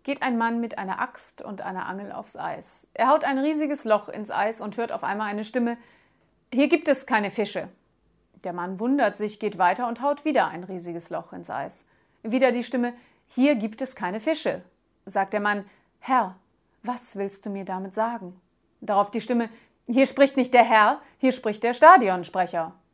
geht ein Mann mit einer Axt und einer Angel aufs Eis. Er haut ein riesiges Loch ins Eis und hört auf einmal eine Stimme: »Hier gibt es keine Fische.« Der Mann wundert sich, geht weiter und haut wieder ein riesiges Loch ins Eis. Wieder die Stimme: »Hier gibt es keine Fische.« Sagt der Mann: »Herr, was willst du mir damit sagen?« Darauf die Stimme: »Hier spricht nicht der Herr, hier spricht der Stadionsprecher.«